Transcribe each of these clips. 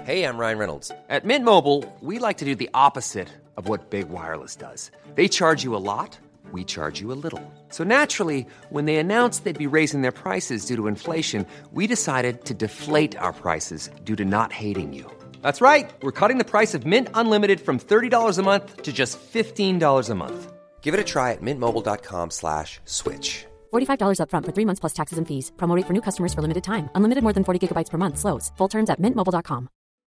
Hey, I'm Ryan Reynolds. At Mint Mobile, we like to do the opposite of what Big Wireless does. They charge you a lot, we charge you a little. So naturally, when they announced they'd be raising their prices due to inflation, we decided to deflate our prices due to not hating you. That's right. We're cutting the price of Mint Unlimited from $30 a month to just $15 a month. Give it a try at mintmobile.com/switch. $45 up front for 3 months plus taxes and fees. Promo rate for new customers for limited time. Unlimited more than 40 gigabytes per month. Slows full terms at mintmobile.com.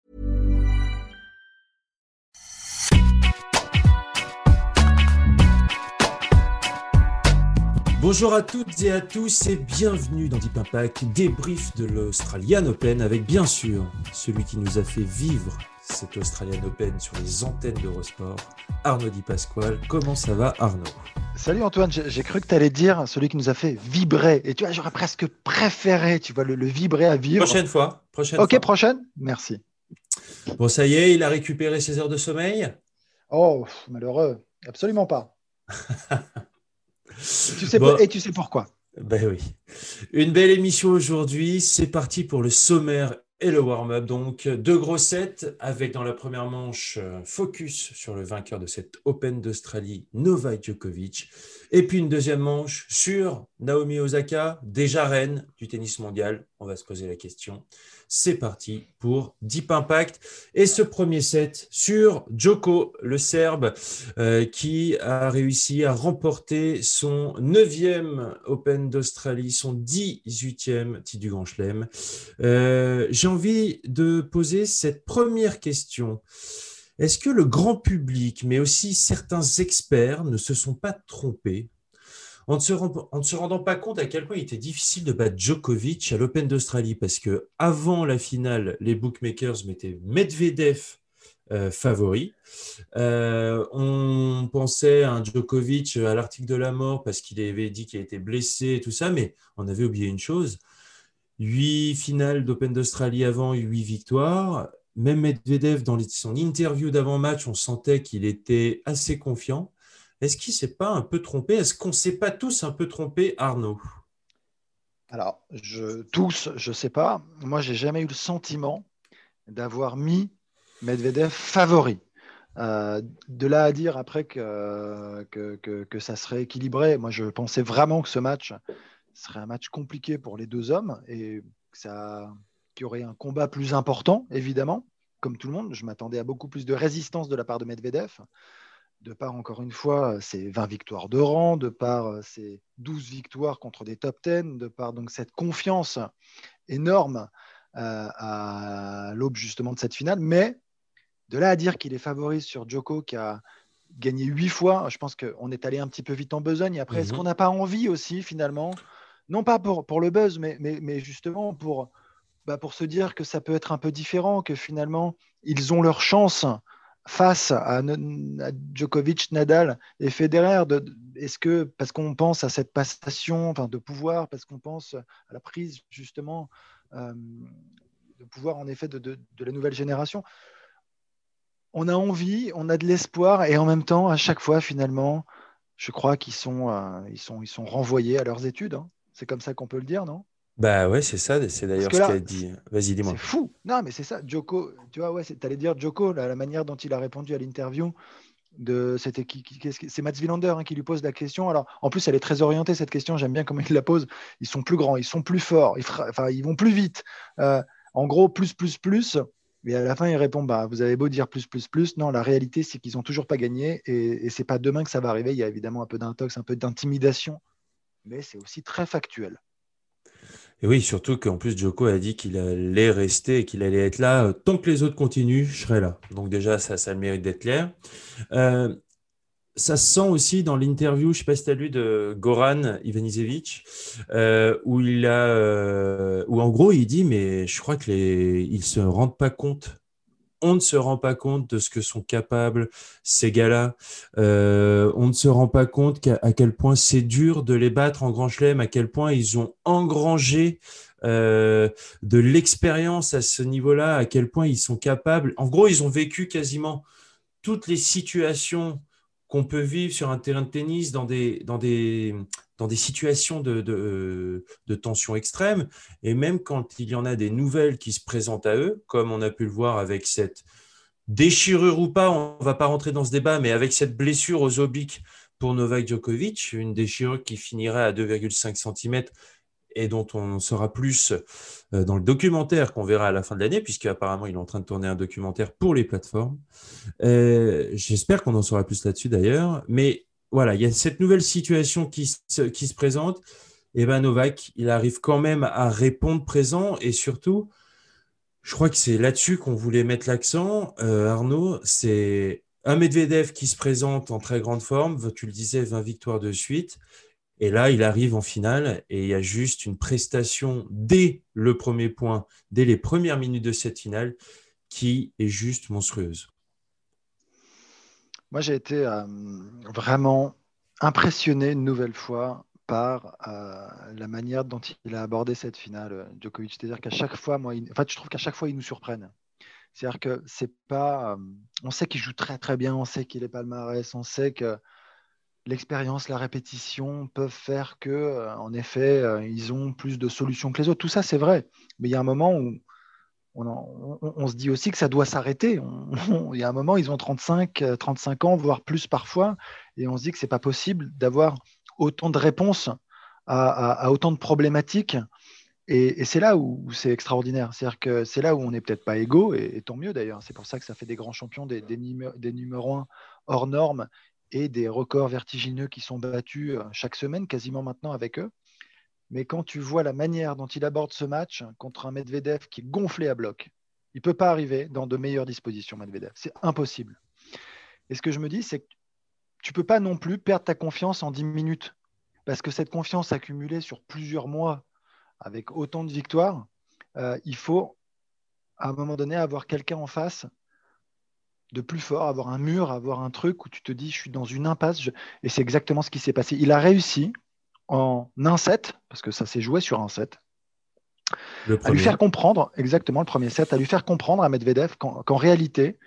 Bonjour à toutes et à tous et bienvenue dans Deep Impact, débrief de l'Australian Open avec bien sûr celui qui nous a fait vivre cet Australian Open sur les antennes d'Eurosport, Arnaud Di Pasquale. Comment ça va, Arnaud ? Salut Antoine, j'ai cru que tu allais dire celui qui nous a fait vibrer. Et tu vois, j'aurais presque préféré, tu vois, le vibrer à vivre. Prochaine fois. Ok, prochaine. Merci. Bon, ça y est, il a récupéré ses heures de sommeil ? Oh, malheureux. Absolument pas. Tu sais pourquoi ? Ben oui. Une belle émission aujourd'hui. C'est parti pour le sommaire et le warm-up. Donc, 2 gros sets avec dans la première manche focus sur le vainqueur de cette Open d'Australie, Novak Djokovic. Et puis une deuxième manche sur Naomi Osaka, déjà reine du tennis mondial. On va se poser la question. C'est parti pour Deep Impact. Et ce premier set sur Djoko, le Serbe, qui a réussi à remporter son 9e Open d'Australie, son 18e titre du Grand Chelem. J'ai envie de poser cette première question. Est-ce que le grand public, mais aussi certains experts, ne se sont pas trompés en ne se rendant pas compte à quel point il était difficile de battre Djokovic à l'Open d'Australie, parce que avant la finale, les bookmakers mettaient Medvedev favori. On pensait à un Djokovic à l'article de la mort parce qu'il avait dit qu'il était blessé et tout ça, mais on avait oublié une chose. 8 finales d'Open d'Australie avant, 8 victoires. Même Medvedev, dans son interview d'avant-match, on sentait qu'il était assez confiant. Est-ce qu'il ne s'est pas un peu trompé ? Est-ce qu'on ne s'est pas tous un peu trompé, Arnaud ? Alors, tous, je ne sais pas. Moi, je n'ai jamais eu le sentiment d'avoir mis Medvedev favori. De là à dire après que ça serait équilibré, moi, je pensais vraiment que ce match serait un match compliqué pour les deux hommes et qu'il y aurait un combat plus important, évidemment, comme tout le monde. Je m'attendais à beaucoup plus de résistance de la part de Medvedev. De par, encore une fois, ses 20 victoires de rang, de par ses 12 victoires contre des top 10, de par donc cette confiance énorme à l'aube justement de cette finale. Mais de là à dire qu'il est favori sur Djoko qui a gagné 8 fois, je pense qu'on est allé un petit peu vite en besogne. Après, est-ce qu'on n'a pas envie aussi finalement, non pas pour le buzz, mais justement pour se dire que ça peut être un peu différent, que finalement, ils ont leur chance face à Djokovic, Nadal et Federer, est-ce que parce qu'on pense à cette passation de pouvoir, parce qu'on pense à la prise justement de pouvoir en effet de la nouvelle génération, on a envie, on a de l'espoir et en même temps à chaque fois finalement, je crois qu'ils sont renvoyés à leurs études. Hein. C'est comme ça qu'on peut le dire, non ? Bah ouais, c'est ça, c'est d'ailleurs ce qu'il a dit. Vas-y, dis-moi. C'est fou. Non, mais c'est ça. Djoko, tu vois, ouais, t'allais dire Djoko, la manière dont il a répondu à l'interview, c'était c'est Mats Wilander qui lui pose la question. Alors, en plus, elle est très orientée, cette question. J'aime bien comment il la pose. Ils sont plus grands, ils sont plus forts, ils vont plus vite. En gros, plus. Et à la fin, il répond, vous avez beau dire plus. Non, la réalité, c'est qu'ils n'ont toujours pas gagné et c'est pas demain que ça va arriver. Il y a évidemment un peu d'intox, un peu d'intimidation, mais c'est aussi très factuel. Et oui, surtout qu'en plus, Djoko a dit qu'il allait rester et qu'il allait être là. Tant que les autres continuent, je serai là. Donc déjà, ça a le mérite d'être clair. Ça se sent aussi dans l'interview, je ne sais pas si tu as lu, de Goran Ivanisevic, où en gros, il dit, mais je crois qu'ils ne se rendent pas compte. On ne se rend pas compte de ce que sont capables ces gars-là. On ne se rend pas compte à quel point c'est dur de les battre en Grand Chelem, à quel point ils ont engrangé de l'expérience à ce niveau-là, à quel point ils sont capables. En gros, ils ont vécu quasiment toutes les situations qu'on peut vivre sur un terrain de tennis dans des dans des situations de tension extrême. Et même quand il y en a des nouvelles qui se présentent à eux, comme on a pu le voir avec cette déchirure ou pas, on ne va pas rentrer dans ce débat, mais avec cette blessure aux obliques pour Novak Djokovic, une déchirure qui finirait à 2,5 cm et dont on en saura plus dans le documentaire qu'on verra à la fin de l'année, puisqu'apparemment il est en train de tourner un documentaire pour les plateformes. J'espère qu'on en saura plus là-dessus d'ailleurs. Mais voilà, il y a cette nouvelle situation qui se présente. Et ben Novak, il arrive quand même à répondre présent. Et surtout, je crois que c'est là-dessus qu'on voulait mettre l'accent, Arnaud. C'est un Medvedev qui se présente en très grande forme. Tu le disais, 20 victoires de suite. Et là, il arrive en finale et il y a juste une prestation dès le premier point, dès les premières minutes de cette finale, qui est juste monstrueuse. Moi, j'ai été vraiment impressionné une nouvelle fois par la manière dont il a abordé cette finale, Djokovic. C'est-à-dire qu'à chaque fois, je trouve qu'à chaque fois, ils nous surprennent. C'est-à-dire que c'est pas. On sait qu'il joue très très bien, on sait qu'il est palmarès, on sait que l'expérience, la répétition peuvent faire que, en effet, ils ont plus de solutions que les autres. Tout ça, c'est vrai. Mais il y a un moment où on se dit aussi que ça doit s'arrêter. Il y a un moment, ils ont 35 ans, voire plus parfois, et on se dit que c'est pas possible d'avoir autant de réponses à autant de problématiques. Et c'est là où c'est extraordinaire. C'est-à-dire que c'est là où on n'est peut-être pas égaux, et tant mieux d'ailleurs. C'est pour ça que ça fait des grands champions, des numéros 1 hors normes et des records vertigineux qui sont battus chaque semaine, quasiment maintenant avec eux. Mais quand tu vois la manière dont il aborde ce match contre un Medvedev qui est gonflé à bloc, il ne peut pas arriver dans de meilleures dispositions, Medvedev. C'est impossible. Et ce que je me dis, c'est que tu ne peux pas non plus perdre ta confiance en 10 minutes. Parce que cette confiance accumulée sur plusieurs mois, avec autant de victoires, il faut, à un moment donné, avoir quelqu'un en face de plus fort, avoir un mur, avoir un truc où tu te dis, je suis dans une impasse. Et c'est exactement ce qui s'est passé. Il a réussi en 1-7, parce que ça s'est joué sur 1-7, à lui faire comprendre, exactement le premier set, à lui faire comprendre à Medvedev qu'en réalité,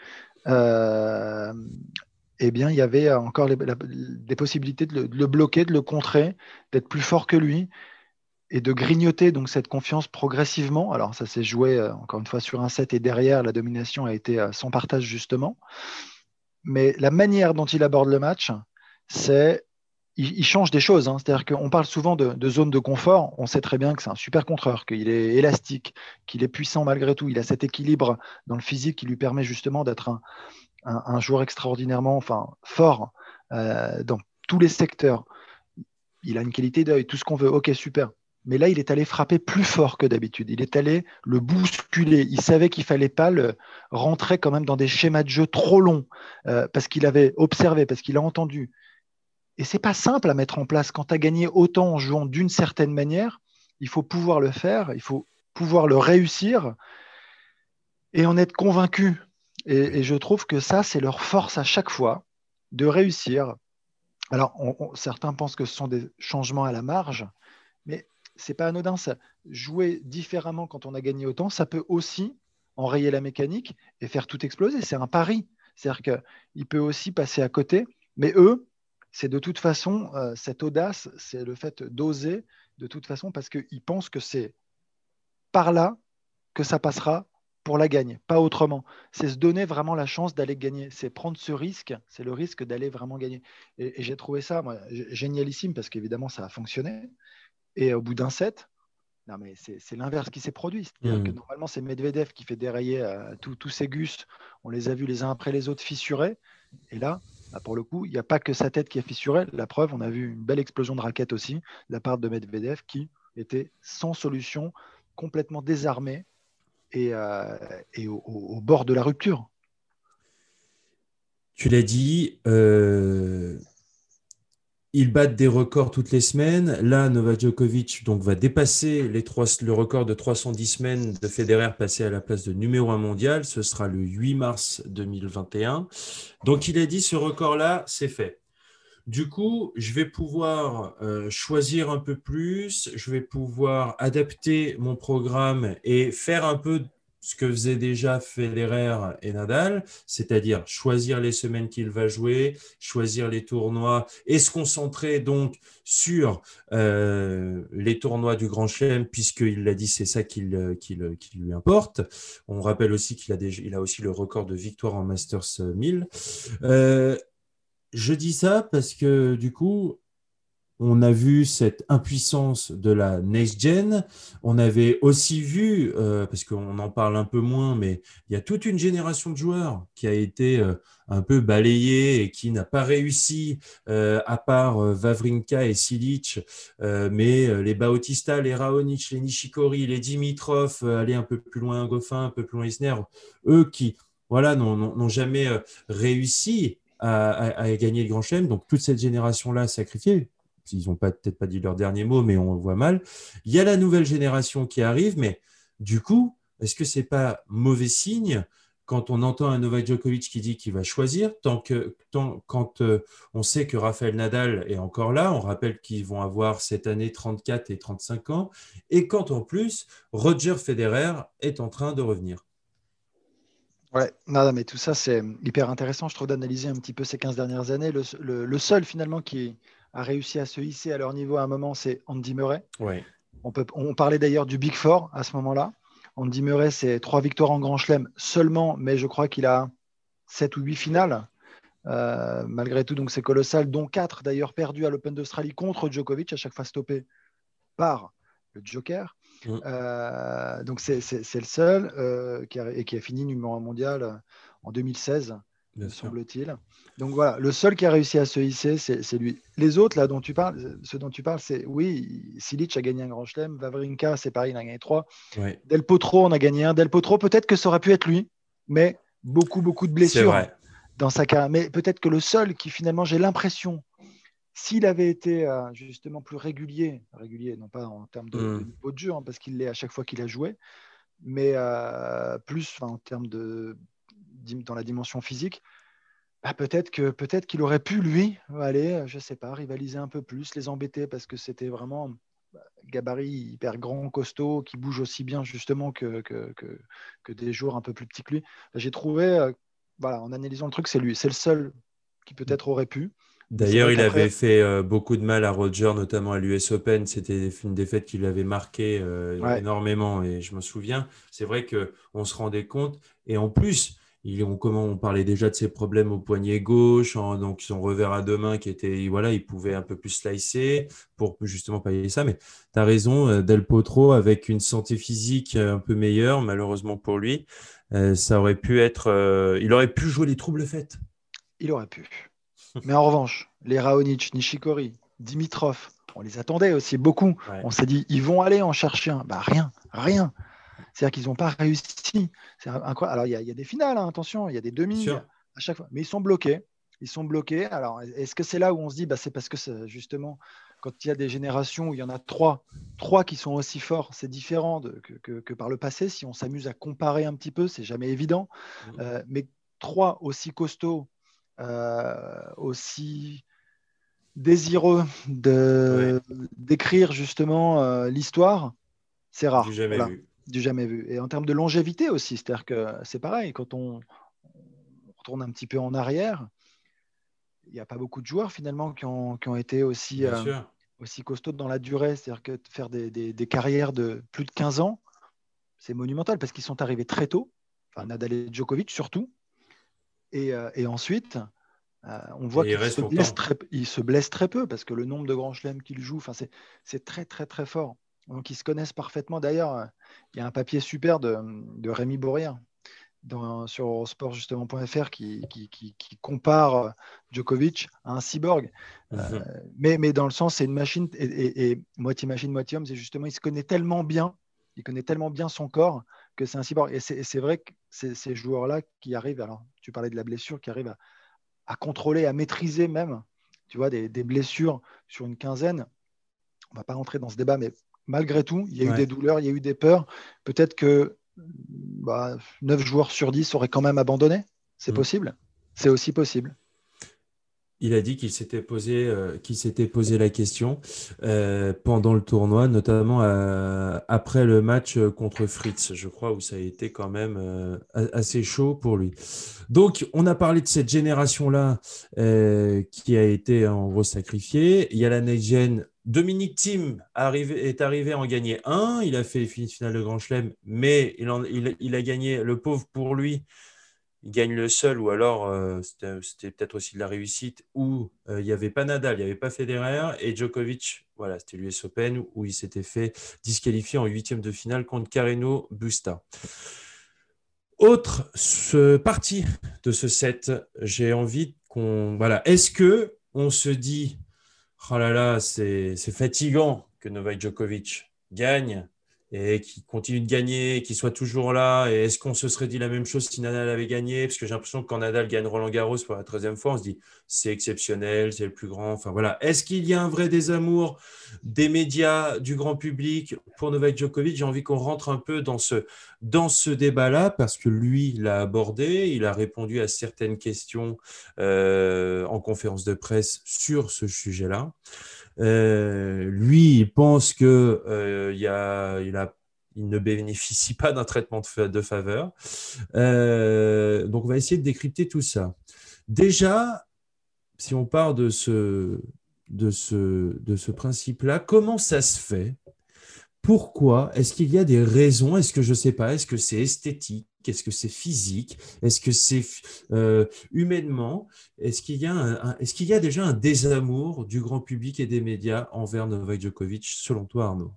eh bien, il y avait encore des possibilités de le bloquer, de le contrer, d'être plus fort que lui et de grignoter donc cette confiance progressivement. Alors ça s'est joué encore une fois sur 1-7 et derrière, la domination a été son partage justement. Mais la manière dont il aborde le match, c'est il change des choses. C'est-à-dire qu'on parle souvent de zone de confort. On sait très bien que c'est un super contreur, qu'il est élastique, qu'il est puissant malgré tout. Il a cet équilibre dans le physique qui lui permet justement d'être un joueur extraordinairement fort dans tous les secteurs. Il a une qualité d'œil, tout ce qu'on veut. Ok, super. Mais là, il est allé frapper plus fort que d'habitude. Il est allé le bousculer. Il savait qu'il ne fallait pas le rentrer quand même dans des schémas de jeu trop longs parce qu'il avait observé, parce qu'il a entendu. Et c'est pas simple à mettre en place. Quand tu as gagné autant en jouant d'une certaine manière, il faut pouvoir le faire, il faut pouvoir le réussir et en être convaincu. Et je trouve que ça, c'est leur force à chaque fois de réussir. Alors, certains pensent que ce sont des changements à la marge, mais c'est pas anodin. Ça. Jouer différemment quand on a gagné autant, ça peut aussi enrayer la mécanique et faire tout exploser. C'est un pari. C'est-à-dire qu'il peut aussi passer à côté, mais eux, c'est de toute façon, cette audace, c'est le fait d'oser de toute façon parce qu'ils pensent que c'est par là que ça passera pour la gagne, pas autrement. C'est se donner vraiment la chance d'aller gagner, c'est prendre ce risque, c'est le risque d'aller vraiment gagner. Et j'ai trouvé ça génialissime parce qu'évidemment, ça a fonctionné. Et au bout d'un set, non mais c'est l'inverse qui s'est produit. C'est-à-dire que normalement, c'est Medvedev qui fait dérailler tous ces gus. On les a vus les uns après les autres fissurés. Et là, pour le coup, il n'y a pas que sa tête qui est fissurée. La preuve, on a vu une belle explosion de raquettes aussi de la part de Medvedev qui était sans solution, complètement désarmé et au bord de la rupture. Tu l'as dit, ils battent des records toutes les semaines. Là, Novak Djokovic donc, va dépasser le record de 310 semaines de Federer, passé à la place de numéro 1 mondial. Ce sera le 8 mars 2021. Donc, il a dit, ce record-là, c'est fait. Du coup, je vais pouvoir choisir un peu plus, je vais pouvoir adapter mon programme et faire un peu ce que faisaient déjà Federer et Nadal, c'est-à-dire choisir les semaines qu'il va jouer, choisir les tournois et se concentrer donc sur les tournois du Grand Chelem, puisqu'il l'a dit, c'est ça qui lui importe. On rappelle aussi il a aussi le record de victoire en Masters 1000. Je dis ça parce que du coup, on a vu cette impuissance de la next gen. On avait aussi vu, parce qu'on en parle un peu moins, mais il y a toute une génération de joueurs qui a été un peu balayée et qui n'a pas réussi, à part Wawrinka et Silic, mais les Bautista, les Raonic, les Nishikori, les Dimitrov, aller un peu plus loin, Goffin, un peu plus loin, Isner, eux qui voilà, n'ont jamais réussi à gagner le Grand Chelem. Donc toute cette génération-là sacrifiée. Ils n'ont peut-être pas dit leur dernier mot, mais on le voit mal. Il y a la nouvelle génération qui arrive, mais du coup, est-ce que ce n'est pas mauvais signe quand on entend un Novak Djokovic qui dit qu'il va choisir, quand on sait que Rafael Nadal est encore là, on rappelle qu'ils vont avoir cette année 34 et 35 ans, et quand en plus, Roger Federer est en train de revenir. Ouais, non, mais tout ça, c'est hyper intéressant, je trouve, d'analyser un petit peu ces 15 dernières années. Le seul, finalement, qui a réussi à se hisser à leur niveau à un moment, c'est Andy Murray. Ouais. On parlait d'ailleurs du Big Four à ce moment-là. Andy Murray, c'est 3 victoires en Grand Chelem seulement, mais je crois qu'il a 7 ou 8 finales. Malgré tout, donc c'est colossal, dont 4 d'ailleurs perdus à l'Open d'Australie contre Djokovic, à chaque fois stoppé par le Joker. Donc c'est le seul qui a fini numéro 1 mondial en 2016, me semble-t-il. Donc voilà, le seul qui a réussi à se hisser, c'est lui. Les autres, là, ceux dont tu parles, c'est oui, Silic a gagné un Grand Chelem, Wawrinka, c'est pareil, il en a gagné 3. Ouais. Del Potro en a gagné un. Del Potro, peut-être que ça aurait pu être lui, mais beaucoup de blessures dans sa carrière. Mais peut-être que le seul qui finalement, j'ai l'impression, s'il avait été justement plus régulier, non pas en termes de niveau de jeu, hein, parce qu'il l'est à chaque fois qu'il a joué, mais plus en termes dans la dimension physique, peut-être qu'il aurait pu, lui, aller, je ne sais pas, rivaliser un peu plus, les embêter, parce que c'était vraiment gabarit hyper grand, costaud, qui bouge aussi bien justement que des joueurs un peu plus petits que lui. J'ai trouvé, en analysant le truc, c'est lui, c'est le seul qui peut-être aurait pu. D'ailleurs, il avait fait beaucoup de mal à Roger, notamment à l'US Open. C'était une défaite qui l'avait marqué énormément. Et je me souviens, c'est vrai qu'on se rendait compte. Et en plus, on parlait déjà de ses problèmes au poignet gauche, donc son revers à deux mains qui était, voilà, il pouvait un peu plus slicer pour justement pallier ça. Mais tu as raison, Del Potro, avec une santé physique un peu meilleure, malheureusement pour lui, ça aurait pu être. Il aurait pu jouer les troubles fêtes. Il aurait pu. Mais en revanche, les Raonic, Nishikori, Dimitrov, on les attendait aussi beaucoup. Ouais. On s'est dit, ils vont aller en chercher un. Rien. C'est-à-dire qu'ils n'ont pas réussi. C'est incroyable. Alors, il y a des finales, hein, attention, il y a des demi à chaque fois. Mais ils sont bloqués. Alors, est-ce que c'est là où on se dit, c'est parce que justement, quand il y a des générations où il y en a trois qui sont aussi forts, c'est différent que par le passé. Si on s'amuse à comparer un petit peu, c'est jamais évident. Mais 3 aussi costauds, aussi désireux d'écrire justement l'histoire, c'est rare. Du jamais vu. Et en termes de longévité aussi, c'est-à-dire que c'est pareil, quand on retourne un petit peu en arrière, il n'y a pas beaucoup de joueurs finalement qui ont été aussi costauds dans la durée. C'est-à-dire que faire des carrières de plus de 15 ans, c'est monumental parce qu'ils sont arrivés très tôt, Nadal et Djokovic surtout. Et ensuite, on voit qu'ils se blessent très peu parce que le nombre de grands chelems qu'ils jouent, c'est très, très, très fort. Donc, ils se connaissent parfaitement. D'ailleurs, il y a un papier super de Rémi Boria sur sportjustement.fr qui compare Djokovic à un cyborg. Mais dans le sens, c'est une machine et moitié machine, moitié homme. C'est justement, il connaît tellement bien son corps que c'est un cyborg. Et c'est vrai que ces joueurs-là qui arrivent, alors tu parlais de la blessure, qui arrivent à contrôler, à maîtriser même, tu vois, des blessures sur une quinzaine. On ne va pas rentrer dans ce débat, mais malgré tout, il y a eu des douleurs, il y a eu des peurs. Peut-être que 9 joueurs sur 10 auraient quand même abandonné. C'est possible. C'est aussi possible. Il a dit qu'il s'était posé la question pendant le tournoi, notamment après le match contre Fritz, je crois, où ça a été quand même assez chaud pour lui. Donc, on a parlé de cette génération-là qui a été en gros sacrifiée. Il y a la Next Gen. Dominique Thiem est arrivé à en gagner un. Il a fait finale de Grand Chelem, mais il a gagné, le pauvre pour lui, il gagne le seul, ou alors c'était peut-être aussi de la réussite, où il n'y avait pas Nadal, il n'y avait pas Federer, et Djokovic, voilà, c'était l'US Open, où il s'était fait disqualifier en huitième de finale contre Carreno Busta. Autre partie de ce set, j'ai envie qu'on... Voilà, est-ce que on se dit, oh là là, c'est fatigant que Novak Djokovic gagne et qu'il continue de gagner, qu'il soit toujours là. Et est-ce qu'on se serait dit la même chose si Nadal avait gagné? Parce que j'ai l'impression que quand Nadal gagne Roland-Garros pour la 13e fois, on se dit c'est exceptionnel, c'est le plus grand. Enfin voilà. Est-ce qu'il y a un vrai désamour des médias, du grand public pour Novak Djokovic? J'ai envie qu'on rentre un peu dans ce débat-là parce que lui l'a abordé, il a répondu à certaines questions en conférence de presse sur ce sujet-là. Lui, il pense que il ne bénéficie pas d'un traitement de faveur. Donc, on va essayer de décrypter tout ça. Déjà, si on part de ce principe-là, comment ça se fait? Pourquoi? Est-ce qu'il y a des raisons? Est-ce que je ne sais pas? Est-ce que c'est esthétique? Est-ce que c'est physique? Est-ce que c'est humainement? Est-ce qu'il y a déjà un désamour du grand public et des médias envers Novak Djokovic, selon toi, Arnaud?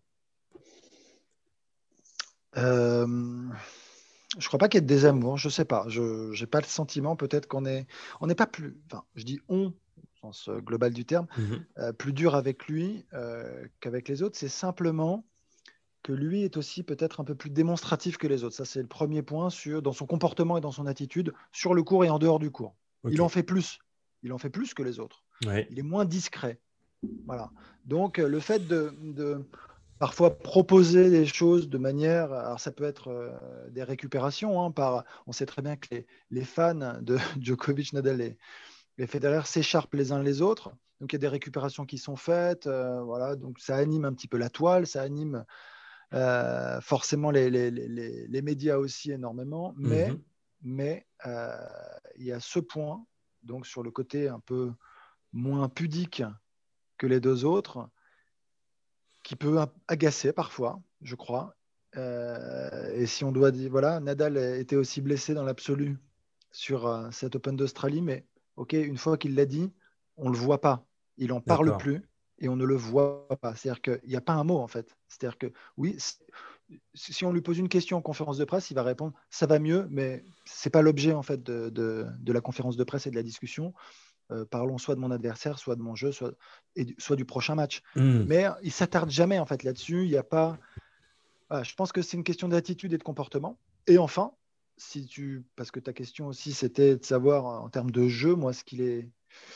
Je ne crois pas qu'il y ait de désamour, je ne sais pas. Je n'ai pas le sentiment, peut-être on n'est pas plus, enfin, je dis on, au sens global du terme, plus dur avec lui qu'avec les autres. C'est simplement que lui est aussi peut-être un peu plus démonstratif que les autres. Ça, c'est le premier point dans son comportement et dans son attitude, sur le court et en dehors du court. Okay. Il en fait plus. Il en fait plus que les autres. Ouais. Il est moins discret. Voilà. Donc, le fait de parfois proposer des choses de manière... Alors, ça peut être des récupérations. On sait très bien que les fans de Djokovic, Nadal et Federer s'écharpent les uns les autres. Donc, il y a des récupérations qui sont faites. Voilà. Donc, ça anime un petit peu la toile. Ça anime... forcément les médias aussi énormément, mais il y a ce point, donc sur le côté un peu moins pudique que les deux autres, qui peut agacer parfois, je crois. Et si on doit dire, voilà, Nadal était aussi blessé dans l'absolu sur cet Open d'Australie, mais ok, une fois qu'il l'a dit, on ne le voit pas, il n'en parle plus. Et on ne le voit pas. C'est-à-dire qu'il n'y a pas un mot, en fait. C'est-à-dire que, oui, si on lui pose une question en conférence de presse, il va répondre « ça va mieux », mais ce n'est pas l'objet, en fait, de la conférence de presse et de la discussion. Parlons soit de mon adversaire, soit de mon jeu, soit du prochain match. Mais il ne s'attarde jamais, en fait, là-dessus. Il n'y a pas... Voilà, je pense que c'est une question d'attitude et de comportement. Et enfin, parce que ta question aussi, c'était de savoir, en termes de jeu, moi, ce qui les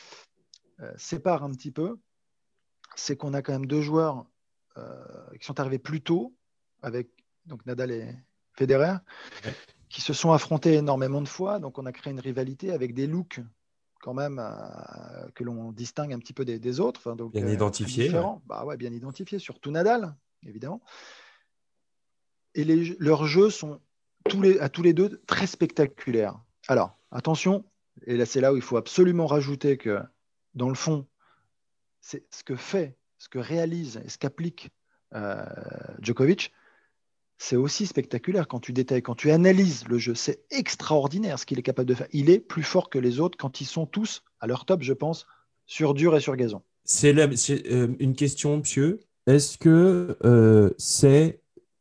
sépare un petit peu, c'est qu'on a quand même deux joueurs qui sont arrivés plus tôt, avec donc Nadal et Federer, qui se sont affrontés énormément de fois. Donc, on a créé une rivalité avec des looks quand même que l'on distingue un petit peu des autres. Enfin, donc, bien identifiés. Différents. Ouais. Bah ouais, bien identifiés, surtout Nadal, évidemment. Et leurs jeux sont à tous les deux très spectaculaires. Alors, attention, et là, c'est là où il faut absolument rajouter que, dans le fond, c'est ce que réalise et ce qu'applique Djokovic, c'est aussi spectaculaire quand tu détailles, quand tu analyses le jeu. C'est extraordinaire ce qu'il est capable de faire. Il est plus fort que les autres quand ils sont tous à leur top, je pense, sur dur et sur gazon. C'est une question, monsieur. Est-ce que c'est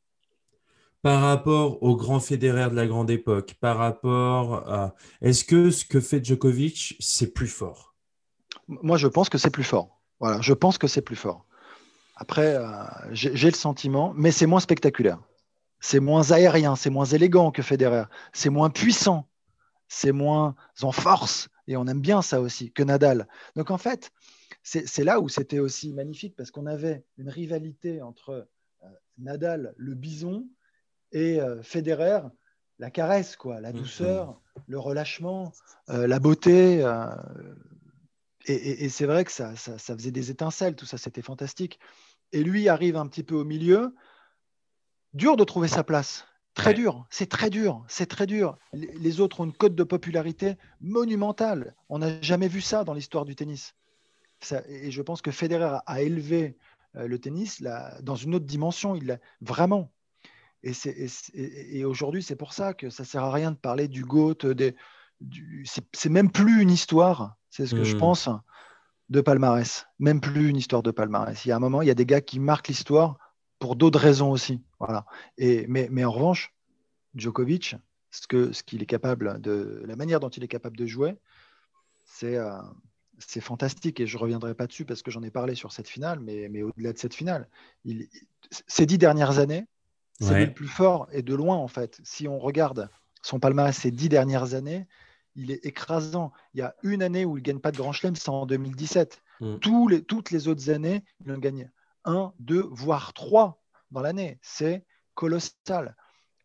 par rapport au grand Federer de la grande époque, par rapport à... Est-ce que ce que fait Djokovic, c'est plus fort? Moi, je pense que c'est plus fort. Voilà, je pense que c'est plus fort. Après, j'ai le sentiment, mais c'est moins spectaculaire. C'est moins aérien, c'est moins élégant que Federer. C'est moins puissant, c'est moins en force. Et on aime bien ça aussi, que Nadal. Donc en fait, c'est là où c'était aussi magnifique, parce qu'on avait une rivalité entre Nadal, le bison, et Federer, la caresse, quoi, la douceur, le relâchement, la beauté. Et c'est vrai que ça faisait des étincelles, tout ça, c'était fantastique. Et lui arrive un petit peu au milieu. Dur de trouver sa place. Très Ouais. dur, c'est très dur, c'est très dur. Les autres ont une cote de popularité monumentale. On n'a jamais vu ça dans l'histoire du tennis. Et je pense que Federer a élevé le tennis là, dans une autre dimension. Il l'a vraiment. Et aujourd'hui, c'est pour ça que ça ne sert à rien de parler du GOAT. C'est même plus une histoire, c'est ce que je pense, de palmarès. Même plus une histoire de palmarès. Il y a un moment, il y a des gars qui marquent l'histoire pour d'autres raisons aussi. Voilà. Mais en revanche, Djokovic, ce qu'il est capable la manière dont il est capable de jouer, c'est c'est fantastique. Et je ne reviendrai pas dessus parce que j'en ai parlé sur cette finale, mais au-delà de cette finale, ces 10 dernières années, c'est lui le Ouais. plus fort et de loin en fait. Si on regarde son palmarès ces 10 dernières années, il est écrasant. Il y a une année où il ne gagne pas de Grand Chelem, c'est en 2017. Mm. Toutes les autres années, il en gagne un, deux, voire trois dans l'année. C'est colossal.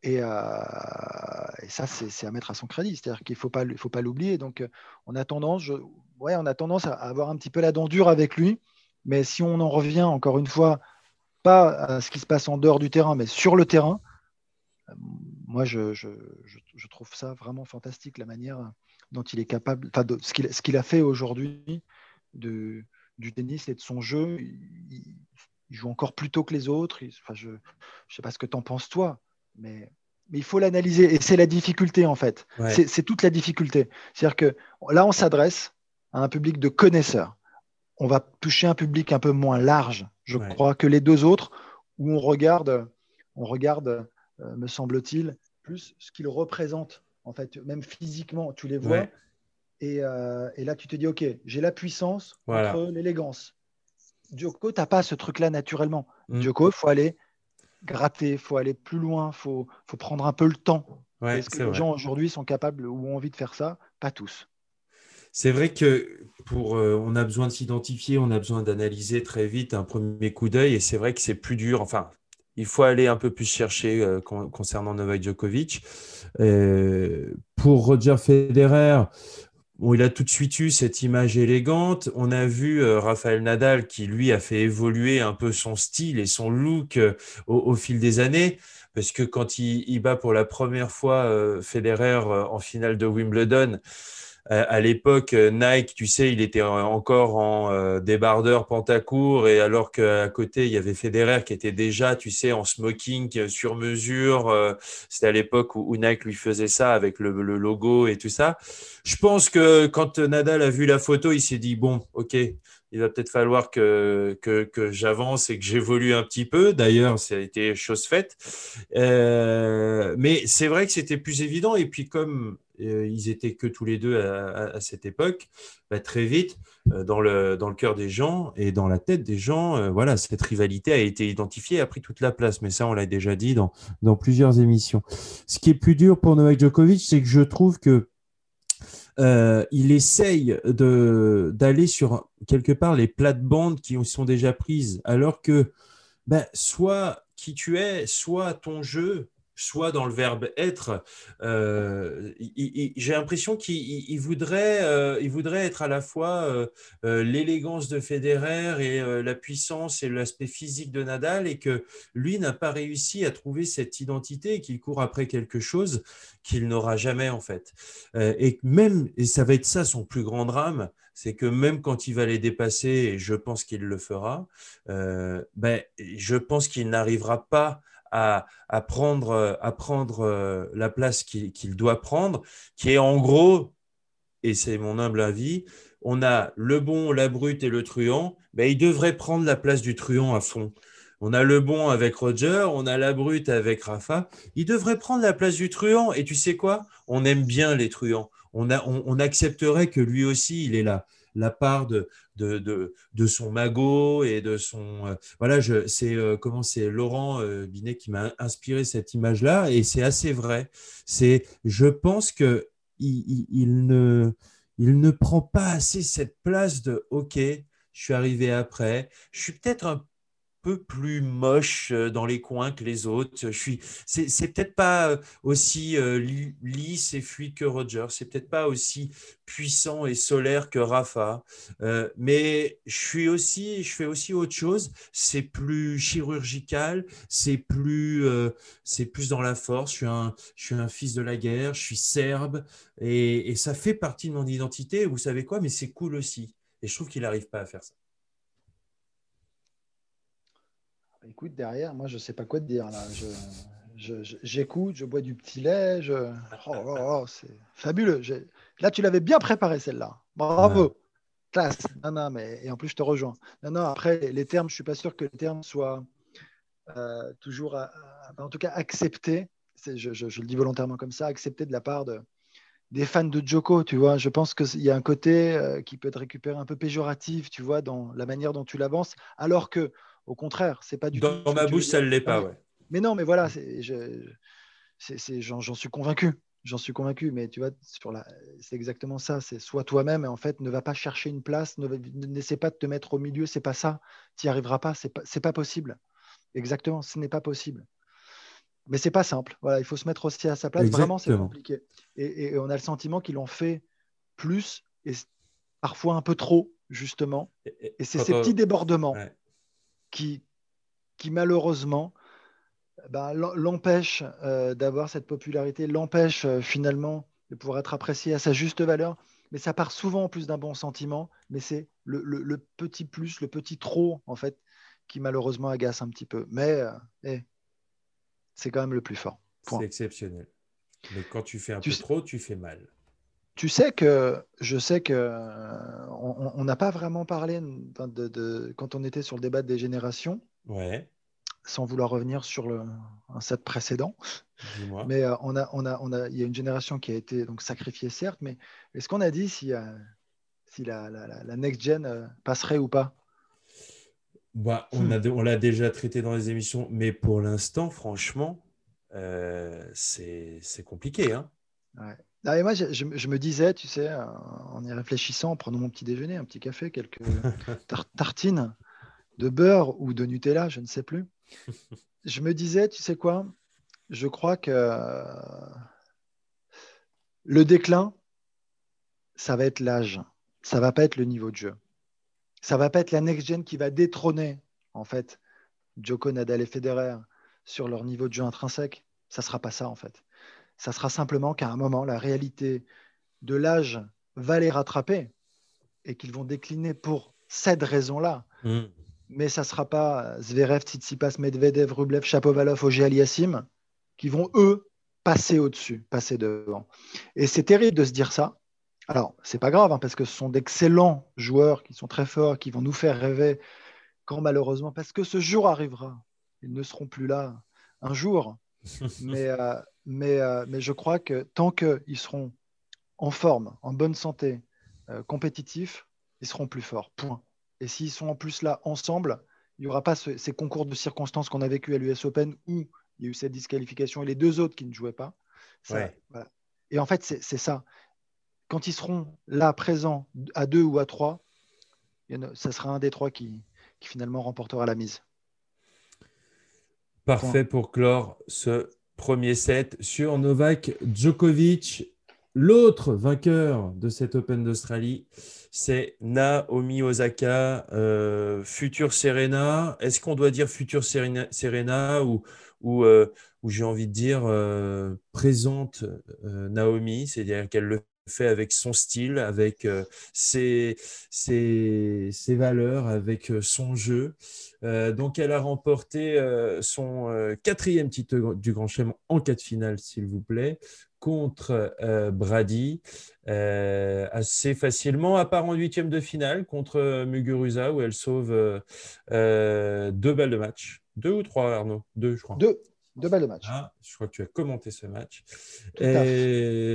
Et ça, c'est à mettre à son crédit. C'est-à-dire qu'il ne faut pas l'oublier. Donc, on a tendance, on a tendance à avoir un petit peu la dent dure avec lui. Mais si on en revient encore une fois, pas à ce qui se passe en dehors du terrain, mais sur le terrain, moi, je trouve ça vraiment fantastique, la manière dont il est capable, enfin, ce qu'il a fait aujourd'hui du tennis et de son jeu. Il joue encore plus tôt que les autres. Enfin, je ne sais pas ce que tu en penses, toi, mais il faut l'analyser. Et c'est la difficulté, en fait. Ouais. C'est toute la difficulté. C'est-à-dire que là, on s'adresse à un public de connaisseurs. On va toucher un public un peu moins large, je Ouais. crois, que les deux autres, où on regarde, me semble-t-il, plus ce qu'ils représentent. En fait, même physiquement, tu les vois. Ouais. Et là, tu te dis, OK, j'ai la puissance Voilà. contre l'élégance. Djoko, tu n'as pas ce truc-là naturellement. Mm. Djoko, il faut aller gratter, il faut aller plus loin, faut prendre un peu le temps. Ouais, Est-ce que c'est les vrai. gens aujourd'hui sont capables ou ont envie de faire ça? Pas tous. C'est vrai que on a besoin de s'identifier, on a besoin d'analyser très vite un premier coup d'œil, et c'est vrai que c'est plus dur. Enfin, il faut aller un peu plus chercher concernant Novak Djokovic. Pour Roger Federer, bon, il a tout de suite eu cette image élégante. On a vu Rafael Nadal qui, lui, a fait évoluer un peu son style et son look au fil des années. Parce que quand il bat pour la première fois Federer en finale de Wimbledon, à l'époque, Nike, tu sais, il était encore en débardeur pantacourt, et alors qu'à côté, il y avait Federer qui était déjà, tu sais, en smoking sur mesure. C'était à l'époque où Nike lui faisait ça avec le logo et tout ça. Je pense que quand Nadal a vu la photo, il s'est dit, bon, ok, il va peut-être falloir que j'avance et que j'évolue un petit peu. D'ailleurs, ça a été chose faite. Mais c'est vrai que c'était plus évident. Et puis, comme ils étaient que tous les deux à cette époque, bah, très vite, dans le cœur des gens et dans la tête des gens, voilà, cette rivalité a été identifiée et a pris toute la place. Mais ça, on l'a déjà dit dans plusieurs émissions. Ce qui est plus dur pour Novak Djokovic, c'est que je trouve que il essaye d'aller sur quelque part les plates-bandes qui sont déjà prises, alors que ben, soit qui tu es, soit ton jeu, soit dans le verbe être. J'ai l'impression qu'il voudrait être à la fois l'élégance de Federer et la puissance et l'aspect physique de Nadal, et que lui n'a pas réussi à trouver cette identité et qu'il court après quelque chose qu'il n'aura jamais en fait. Et ça va être ça son plus grand drame, c'est que même quand il va les dépasser, et je pense qu'il le fera, ben, je pense qu'il n'arrivera pas à prendre la place qu'il doit prendre, qui est en gros, et c'est mon humble avis, on a le bon, la brute et le truand, ben, il devrait prendre la place du truand à fond. On a le bon avec Roger, on a la brute avec Rafa. Il devrait prendre la place du truand. Et tu sais quoi? On aime bien les truands. On accepterait que lui aussi, il est là la part de son magot et de son voilà, c'est Laurent Binet qui m'a inspiré cette image-là, et c'est assez vrai. Je pense que il ne prend pas assez cette place de OK, je suis arrivé après, je suis peut-être un peu plus moche dans les coins que les autres. C'est peut-être pas aussi lisse et fluide que Roger. C'est peut-être pas aussi puissant et solaire que Rafa. Mais je fais aussi autre chose. C'est plus chirurgical. C'est plus dans la force. Je suis un fils de la guerre. Je suis serbe et ça fait partie de mon identité. Vous savez quoi? Mais c'est cool aussi. Et je trouve qu'il n'arrive pas à faire ça. Écoute, derrière, moi, je ne sais pas quoi te dire. Là. J'écoute, je bois du petit lait. C'est fabuleux. Là, tu l'avais bien préparé, celle-là. Bravo. Ouais. Classe. Non, non, mais... Et en plus, je te rejoins. Non, non, après, les termes, je ne suis pas sûr que les termes soient toujours, en tout cas, acceptés. Je le dis volontairement comme ça, acceptés de la part des fans de Djoko, tu vois. Je pense qu'il y a un côté qui peut être récupéré un peu péjoratif, tu vois, dans la manière dont tu l'avances, alors que, au contraire, c'est pas du tout Dans ce que ma tu veux bouche, ça dire. ne l'est Non, pas, ouais. mais non, mais voilà, j'en suis convaincu. J'en suis convaincu, mais tu vois, c'est exactement ça. C'est sois toi-même et en fait, ne va pas chercher une place, n'essaie pas de te mettre au milieu, c'est pas ça. Tu n'y arriveras pas, c'est pas possible. Exactement, ce n'est pas possible. Mais c'est pas simple. Voilà, il faut se mettre aussi à sa place. Vraiment, c'est Exactement. compliqué. Et on a le sentiment qu'ils l'ont fait plus et parfois un peu trop, justement. Et c'est Quand ces petits débordements ouais. qui malheureusement l'empêchent d'avoir cette popularité, l'empêchent finalement de pouvoir être apprécié à sa juste valeur. Mais ça part souvent en plus d'un bon sentiment. Mais c'est le petit plus, le petit trop, en fait, qui malheureusement agace un petit peu. Mais c'est quand même le plus fort. C'est Point. exceptionnel. Mais quand tu fais un Tu, peu trop, tu fais mal. Tu sais que je sais que on n'a pas vraiment parlé quand on était sur le débat des générations, Ouais, sans vouloir revenir sur un set précédent. dis-moi. Mais il y a une génération qui a été donc sacrifiée, certes, mais est-ce qu'on a dit si la next gen passerait ou pas? Bah, Hmm. on l'a déjà traité dans les émissions, mais pour l'instant, franchement, c'est compliqué, hein. Ouais. Ah, et moi, je me disais, tu sais, en y réfléchissant, en prenant mon petit déjeuner, un petit café, quelques tartines de beurre ou de Nutella, je ne sais plus. Je me disais, tu sais quoi? Je crois que le déclin, ça va être l'âge. Ça va pas être le niveau de jeu. Ça va pas être la next-gen qui va détrôner, en fait, Djoko, Nadal et Federer sur leur niveau de jeu intrinsèque. Ça sera pas ça, en fait. Ça sera simplement qu'à un moment, la réalité de l'âge va les rattraper et qu'ils vont décliner pour cette raison-là. Mm. Mais ça sera pas Zverev, Tsitsipas, Medvedev, Rublev, Shapovalov, Auger Aliassime qui vont, eux, passer au-dessus, passer devant. Et c'est terrible de se dire ça. Alors, c'est pas grave, hein, parce que ce sont d'excellents joueurs qui sont très forts, qui vont nous faire rêver quand malheureusement, parce que ce jour arrivera. Ils ne seront plus là un jour. Mais je crois que tant qu'ils seront en forme, en bonne santé, compétitifs, ils seront plus forts. Point. Et s'ils sont en plus là ensemble, il n'y aura pas ces concours de circonstances qu'on a vécu à l'US Open où il y a eu cette disqualification et les deux autres qui ne jouaient pas. Ça, Ouais. voilà. Et en fait, c'est ça. Quand ils seront là, présents, à deux ou à trois, ça sera un des trois qui finalement remportera la mise. Point. Parfait pour clore ce premier set sur Novak Djokovic. L'autre vainqueur de cet Open d'Australie, c'est Naomi Osaka, future Serena. Est-ce qu'on doit dire future Serena ou j'ai envie de dire présente Naomi, c'est-à-dire qu'elle le fait avec son style, avec ses valeurs, avec son jeu. Donc, elle a remporté son quatrième titre du Grand Chelem en quart de finale, s'il vous plaît, contre Brady, assez facilement, à part en huitième de finale contre Muguruza, où elle sauve deux balles de match. Deux ou trois, Arnaud? Deux, je crois. Deux balles de match. Ah, je crois que tu as commenté ce match. Tout à fait.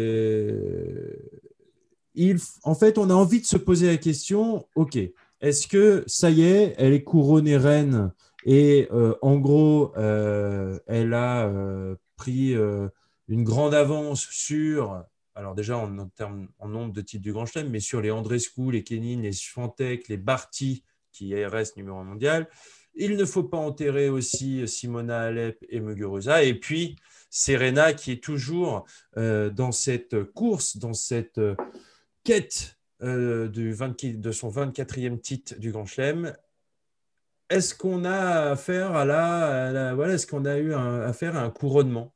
En fait, on a envie de se poser la question, ok, est-ce que ça y est, elle est couronnée reine et en gros, elle a pris une grande avance sur, alors déjà en nombre de titres du Grand Chelem, mais sur les Andreescu, les Kenin, les Swiatek, les Barty, qui restent numéro 1 mondial. Il ne faut pas enterrer aussi Simona Alep et Muguruza. Et puis, Serena qui est toujours dans cette course, dans cette quête de son 24e titre du Grand Chelem. Est-ce qu'on a affaire voilà, est-ce qu'on a eu affaire à un couronnement?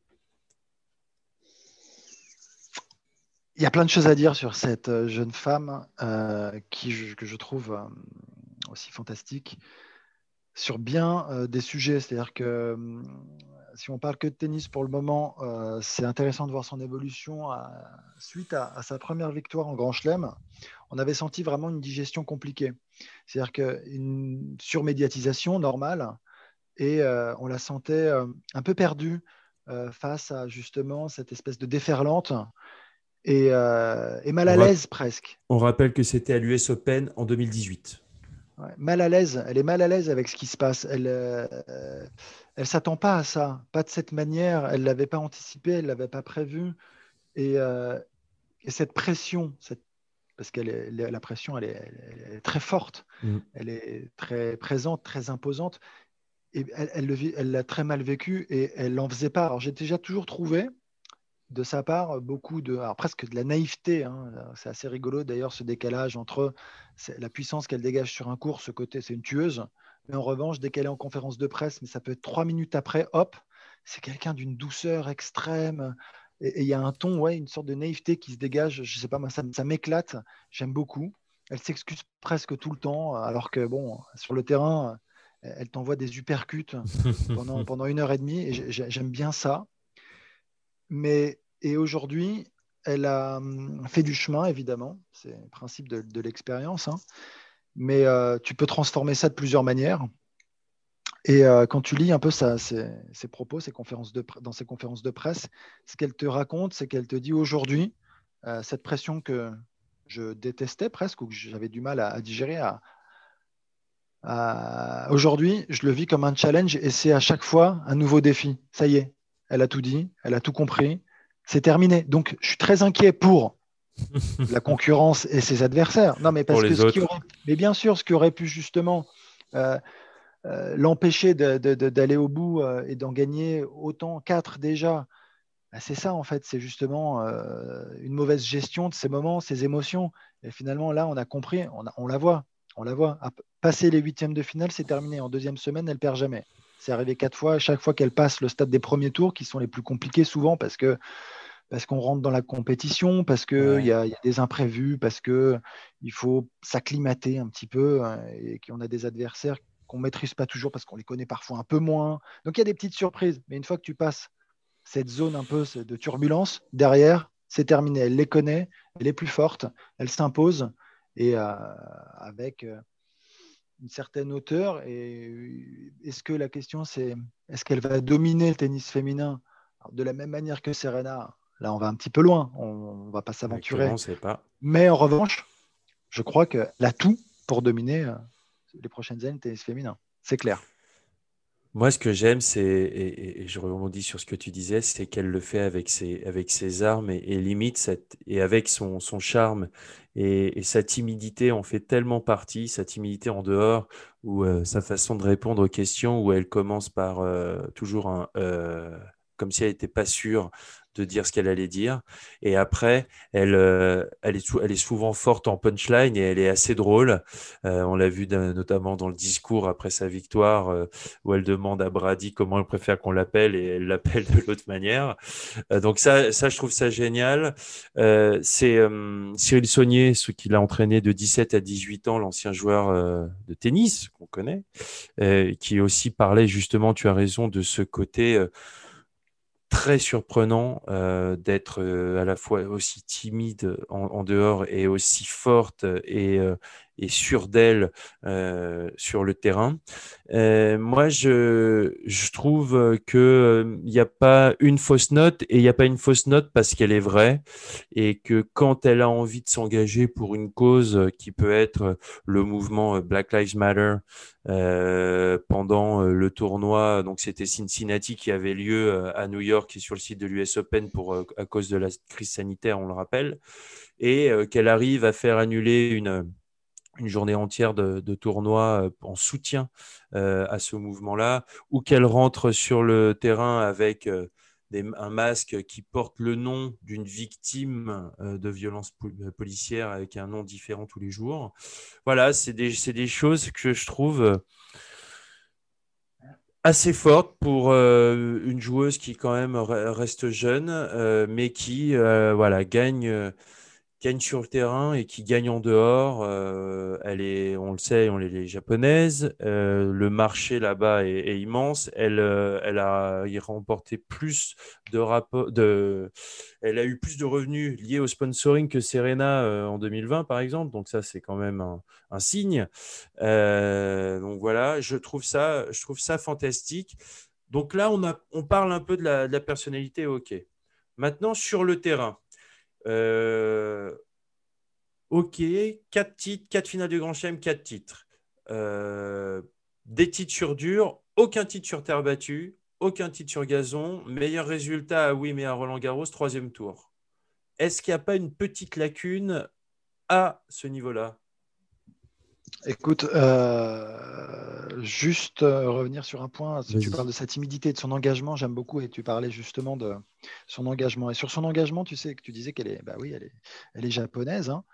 Il y a plein de choses à dire sur cette jeune femme que je trouve aussi fantastique sur bien des sujets. C'est-à-dire que si on parle que de tennis pour le moment, c'est intéressant de voir son évolution suite à sa première victoire en Grand Chelem. On avait senti vraiment une digestion compliquée. C'est-à-dire qu'une surmédiatisation normale et on la sentait un peu perdue face à justement cette espèce de déferlante et mal à l'aise presque. On rappelle que c'était à l'US Open en 2018. Ouais, mal à l'aise, elle est mal à l'aise avec ce qui se passe. Elle s'attend pas à ça, pas de cette manière. Elle l'avait pas anticipé, elle l'avait pas prévu. Et, cette pression, parce que la pression, elle est très forte, elle est très présente, très imposante. Et elle l'a très mal vécu et elle l'en faisait pas. Alors j'ai déjà toujours trouvé de sa part alors presque de la naïveté. Hein. C'est assez rigolo d'ailleurs ce décalage entre la puissance qu'elle dégage sur un court, ce côté, c'est une tueuse. Mais en revanche, dès qu'elle est en conférence de presse, mais ça peut être 3 minutes après, hop, c'est quelqu'un d'une douceur extrême. Et il y a un ton, ouais, une sorte de naïveté qui se dégage. Je sais pas, moi, ça m'éclate. J'aime beaucoup. Elle s'excuse presque tout le temps, alors que bon, sur le terrain, elle t'envoie des uppercuts pendant 1 heure et demie. Et j'aime bien ça. Et aujourd'hui, elle a fait du chemin, évidemment. C'est le principe de l'expérience. Hein. Mais tu peux transformer ça de plusieurs manières. Et quand tu lis un peu ses propos, dans ses conférences de presse, ce qu'elle te raconte, c'est qu'elle te dit aujourd'hui, cette pression que je détestais presque, ou que j'avais du mal à digérer, aujourd'hui, je le vis comme un challenge et c'est à chaque fois un nouveau défi. Ça y est, elle a tout dit, elle a tout compris, c'est terminé. Donc, je suis très inquiet pour la concurrence et ses adversaires. Non, mais parce pour que les autres. mais bien sûr, ce qui aurait pu justement l'empêcher d'aller au bout et d'en gagner autant, 4 déjà, bah, c'est ça en fait, c'est justement une mauvaise gestion de ces moments, ces émotions. Et finalement, là, on a compris, on la voit. On la voit. Passer les huitièmes de finale, c'est terminé. En deuxième semaine, elle perd jamais. C'est arrivé 4 fois. À chaque fois qu'elle passe le stade des premiers tours, qui sont les plus compliqués souvent parce qu'on rentre dans la compétition, parce qu'il y a des imprévus, parce qu'il faut s'acclimater un petit peu et qu'on a des adversaires qu'on ne maîtrise pas toujours parce qu'on les connaît parfois un peu moins. Donc il y a des petites surprises. Mais une fois que tu passes cette zone un peu de turbulence, derrière, c'est terminé. Elle les connaît, elle est plus forte, elle s'impose et avec une certaine hauteur. Et est-ce que la question, c'est est-ce qu'elle va dominer le tennis féminin de la même manière que Serena? Là, on va un petit peu loin, on ne va pas s'aventurer. Pas. Mais en revanche, je crois qu'elle a tout pour dominer les prochaines années le tennis féminin. C'est clair. Moi, ce que j'aime, et je rebondis sur ce que tu disais, c'est qu'elle le fait avec ses armes et limite, et avec son charme et sa timidité en fait tellement partie, sa timidité en dehors, ou sa façon de répondre aux questions, où elle commence par toujours comme si elle n'était pas sûre de dire ce qu'elle allait dire. Et après, elle est souvent forte en punchline et elle est assez drôle. On l'a vu notamment dans le discours après sa victoire, où elle demande à Brady comment elle préfère qu'on l'appelle et elle l'appelle de l'autre manière. Donc ça, je trouve ça génial. C'est Cyril Saunier, ce qui l'a entraîné de 17 à 18 ans, l'ancien joueur de tennis qu'on connaît, qui aussi parlait justement, tu as raison, de ce côté très surprenant d'être à la fois aussi timide en dehors et aussi forte et sûre d'elle sur le terrain. Moi, je trouve que il n'y a pas une fausse note et il n'y a pas une fausse note parce qu'elle est vraie et que quand elle a envie de s'engager pour une cause qui peut être le mouvement Black Lives Matter pendant le tournoi, donc c'était Cincinnati qui avait lieu à New York et sur le site de l'US Open à cause de la crise sanitaire, on le rappelle, et qu'elle arrive à faire annuler une journée entière de tournoi en soutien à ce mouvement-là, ou qu'elle rentre sur le terrain avec un masque qui porte le nom d'une victime de violence policière avec un nom différent tous les jours. Voilà, c'est des choses que je trouve assez forte pour une joueuse qui quand même reste jeune, mais qui voilà, gagne sur le terrain et qui gagne en dehors. On le sait, on est les japonaises. Le marché là-bas est immense. Elle a y remporté plus elle a eu plus de revenus liés au sponsoring que Serena en 2020, par exemple. Donc ça, c'est quand même un signe. Donc voilà, je trouve ça fantastique. Donc là, on parle un peu de la personnalité, ok. Maintenant, sur le terrain. Euh, ok, 4 titres, 4 finales du Grand Chelem, 4 titres. Euh, des titres sur dur, aucun titre sur terre battue, aucun titre sur gazon. Meilleur résultat à Wim et à Roland-Garros, troisième tour. Est-ce qu'il n'y a pas une petite lacune à ce niveau-là? Écoute, juste revenir sur un point. Si tu Vas-y. parles de sa timidité et de son engagement, j'aime beaucoup. Et tu parlais justement de son engagement. Et sur son engagement, tu sais que tu disais qu'elle est, bah oui, elle est japonaise, hein,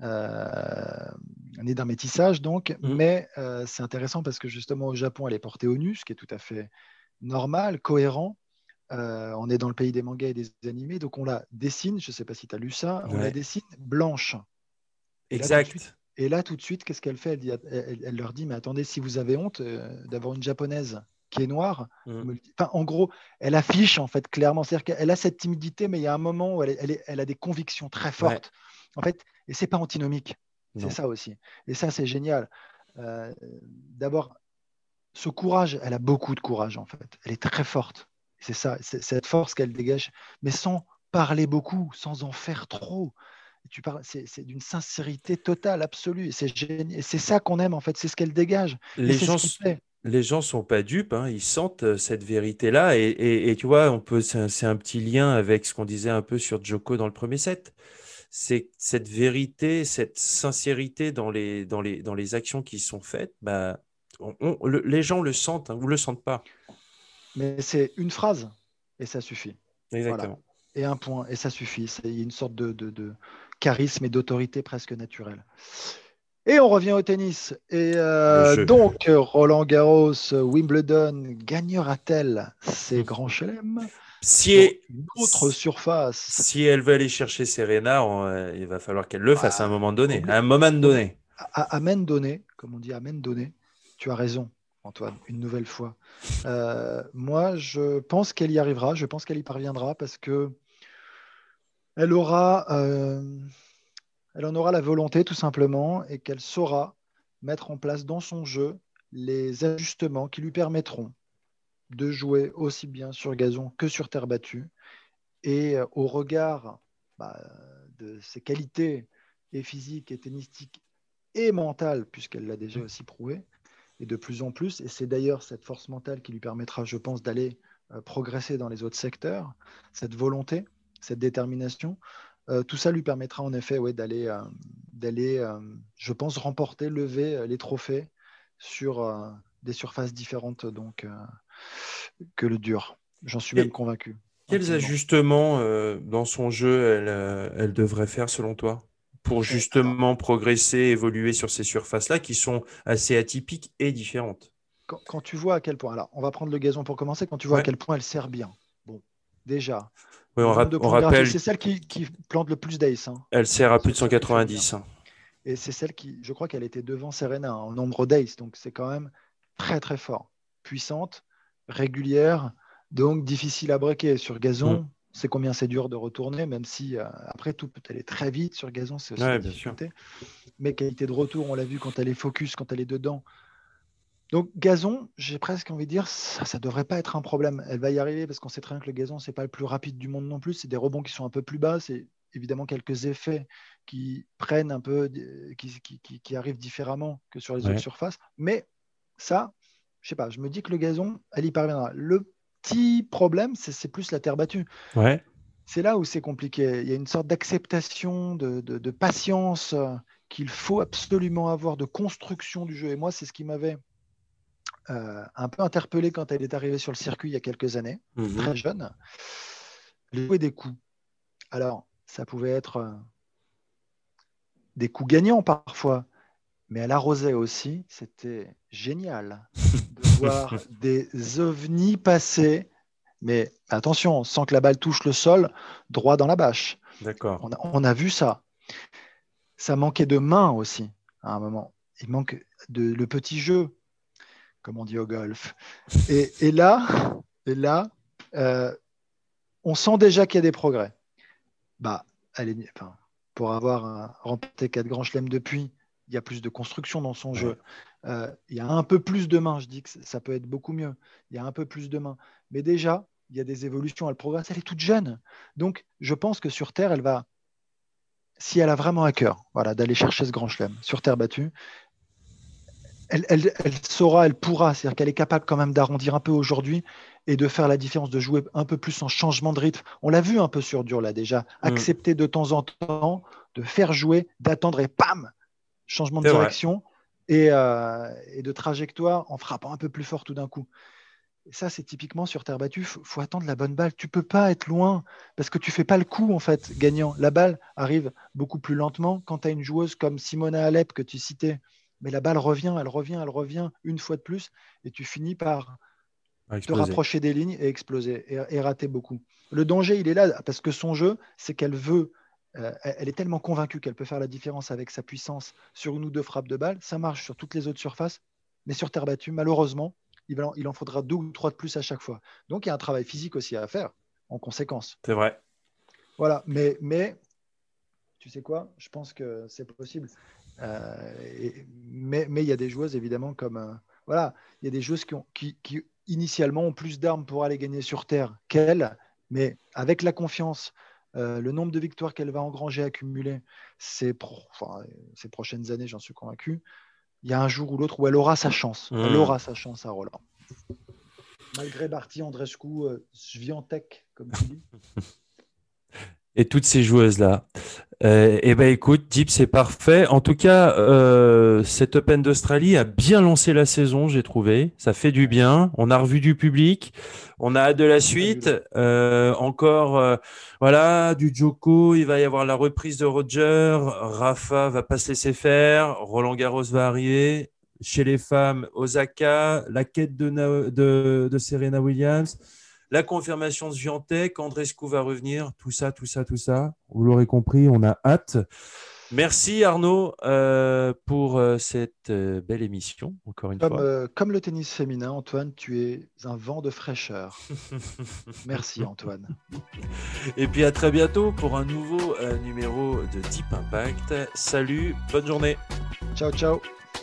née d'un métissage donc. Mm. Mais c'est intéressant parce que justement au Japon, elle est portée au nu, ce qui est tout à fait normal, cohérent. On est dans le pays des mangas et des animés, donc on la dessine. Je ne sais pas si tu as lu ça. On la Ouais. dessine blanche. Et là, tout de suite, Exact. qu'est-ce qu'elle fait? Elle leur dit, mais attendez, si vous avez honte d'avoir une japonaise qui est noire, Mm. vous me le dites. Enfin, en gros, elle affiche en fait clairement, c'est-à-dire qu'elle a cette timidité, mais il y a un moment où elle a des convictions très Ouais. fortes. En fait, et c'est pas antinomique. C'est Non. ça aussi. Et ça, c'est génial. D'abord, ce courage, elle a beaucoup de courage en fait. Elle est très forte. C'est ça, c'est cette force qu'elle dégage, mais sans parler beaucoup, sans en faire trop. Tu parles, c'est d'une sincérité totale, absolue. Et c'est génial. Et c'est ça qu'on aime, en fait. C'est ce qu'elle dégage. Et Les c'est ce gens, qui plaît. les gens sont pas dupes, hein, ils sentent cette vérité-là. Et tu vois, c'est un petit lien avec ce qu'on disait un peu sur Djoko dans le premier set. C'est cette vérité, cette sincérité dans les actions qui sont faites. Bah, les gens le sentent, hein, ou le sentent pas. Mais c'est une phrase et ça suffit. Voilà. Exactement. Et un point et ça suffit. Il y a une sorte de charisme et d'autorité presque naturelle. Et on revient au tennis. Et Le jeu. donc, Roland Garros, Wimbledon, gagnera-t-elle ces grands chelems sur Si, une autre surface? si elle veut aller chercher Serena, il va falloir qu'elle le fasse à un Ah, moment donné. obli- À un moment donné. Amen donné, comme on dit, amen donné. Tu as raison, Antoine, une nouvelle fois. Moi, je pense qu'elle y arrivera, je pense qu'elle y parviendra parce que elle aura, elle en aura la volonté tout simplement et qu'elle saura mettre en place dans son jeu les ajustements qui lui permettront de jouer aussi bien sur gazon que sur terre battue. Et au regard bah, de ses qualités et physiques et tennistiques et mentales, puisqu'elle l'a déjà aussi prouvé, et de plus en plus. Et c'est d'ailleurs cette force mentale qui lui permettra, je pense, d'aller progresser dans les autres secteurs, cette volonté, cette détermination. Tout ça lui permettra en effet ouais, d'aller je pense, remporter, lever les trophées sur des surfaces différentes donc, que le dur. J'en suis même Et convaincu, quels intimement. ajustements dans son jeu elle devrait faire selon toi pour Alors, justement progresser, évoluer sur ces surfaces-là qui sont assez atypiques et différentes? quand tu vois à quel point, alors on va prendre le gazon pour commencer, quand tu vois à Ouais. quel point elle sert bien. Bon, déjà, Oui, nombre de on points gratuits, rappelle, c'est celle qui plante le plus d'ace, hein, elle sert à plus de celle qui a pu faire bien. 190. Hein. Et c'est celle qui, je crois qu'elle était devant Serena hein, en nombre d'ace, donc c'est quand même très très fort. Puissante, régulière, donc difficile à breaker. Sur Mm. gazon, c'est combien c'est dur de retourner, même si après tout peut aller très vite sur gazon, c'est aussi la Ouais, bien sûr. difficulté. Mais qualité de retour, on l'a vu quand elle est focus, quand elle est dedans. Donc gazon, j'ai presque envie de dire, ça ne devrait pas être un problème. Elle va y arriver parce qu'on sait très bien que le gazon, c'est pas le plus rapide du monde non plus. C'est des rebonds qui sont un peu plus bas. C'est évidemment quelques effets qui prennent un peu, qui arrivent différemment que sur les autres Ouais. surfaces. Mais ça, je sais pas, je me dis que le gazon, elle y parviendra. Le petit problème, c'est plus la terre battue. Ouais. C'est là où c'est compliqué. Il y a une sorte d'acceptation, de patience qu'il faut absolument avoir de construction du jeu. Et moi, c'est ce qui m'avait un peu interpellé quand elle est arrivée sur le circuit il y a quelques années, très jeune. Elle jouait des coups. Alors, ça pouvait être des coups gagnants parfois, mais elle arrosait aussi. C'était génial de voir des ovnis passer, mais attention, sans que la balle touche le sol, droit dans la bâche. D'accord. On a vu ça. Ça manquait de main aussi, à un moment. Il manque le petit jeu, comme on dit au golf. Et là, on sent déjà qu'il y a des progrès. Pour avoir remporté 4 grands chelems depuis, il y a plus de construction dans son jeu. Il y a un peu plus de main. Je dis que ça peut être beaucoup mieux. Il y a un peu plus de main. Mais déjà, il y a des évolutions. Elle progresse. Elle est toute jeune. Donc, je pense que sur Terre, elle va, si elle a vraiment à cœur d'aller chercher ce grand chelem sur terre battue, elle saura, elle pourra. C'est-à-dire qu'elle est capable quand même d'arrondir un peu aujourd'hui et de faire la différence, de jouer un peu plus en changement de rythme. On l'a vu un peu sur dur là déjà. Accepter de temps en temps, de faire jouer, d'attendre et pam, changement de direction et de trajectoire en frappant un peu plus fort tout d'un coup. Et ça, c'est typiquement sur terre battue, faut attendre la bonne balle. Tu peux pas être loin parce que tu fais pas le coup en fait gagnant. La balle arrive beaucoup plus lentement quand tu as une joueuse comme Simona Halep que tu citais. Mais la balle revient, elle revient une fois de plus et tu finis par te rapprocher des lignes et exploser et rater beaucoup. Le danger, il est là parce que son jeu, c'est qu'elle veut, elle est tellement convaincue qu'elle peut faire la différence avec sa puissance sur une ou deux frappes de balle. Ça marche sur toutes les autres surfaces, mais sur terre battue, malheureusement, il en faudra 2 ou 3 de plus à chaque fois. Donc, il y a un travail physique aussi à faire en conséquence. C'est vrai. Voilà, mais tu sais quoi ? Je pense que c'est possible. Mais il y a des joueuses, évidemment, comme... il y a des joueuses qui initialement ont plus d'armes pour aller gagner sur terre qu'elle, mais avec la confiance, le nombre de victoires qu'elle va engranger, accumuler ces prochaines années, j'en suis convaincu, il y a un jour ou l'autre où elle aura sa chance. Elle aura sa chance à Roland. Malgré Barty, Andreescu, Swiatek, comme tu dis. Et toutes ces joueuses-là. Écoute, Deep, c'est parfait. En tout cas, cet Open d'Australie a bien lancé la saison, j'ai trouvé. Ça fait du bien. On a revu du public. On a hâte de la suite. Encore, du Djoko. Il va y avoir la reprise de Roger. Rafa va pas se laisser faire. Roland Garros va arriver. Chez les femmes, Osaka. La quête de Serena Williams. La confirmation de Swiatek, Andreescu va revenir, tout ça. Vous l'aurez compris, on a hâte. Merci Arnaud pour cette belle émission, encore une fois. Comme le tennis féminin, Antoine, tu es un vent de fraîcheur. Merci Antoine. Et puis à très bientôt pour un nouveau numéro de Deep Impact. Salut, bonne journée. Ciao, ciao.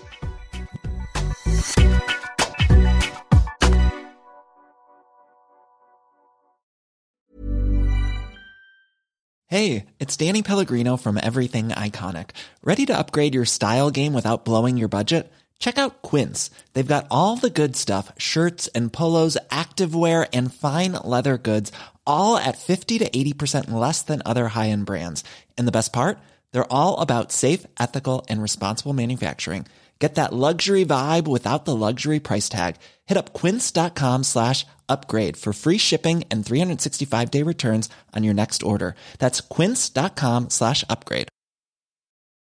Hey, it's Danny Pellegrino from Everything Iconic. Ready to upgrade your style game without blowing your budget? Check out Quince. They've got all the good stuff, shirts and polos, activewear, and fine leather goods, all at 50 to 80% less than other high-end brands. And the best part? They're all about safe, ethical, and responsible manufacturing. Get that luxury vibe without the luxury price tag. Hit up quince.com/upgrade for free shipping and 365-day returns on your next order. That's quince.com/upgrade.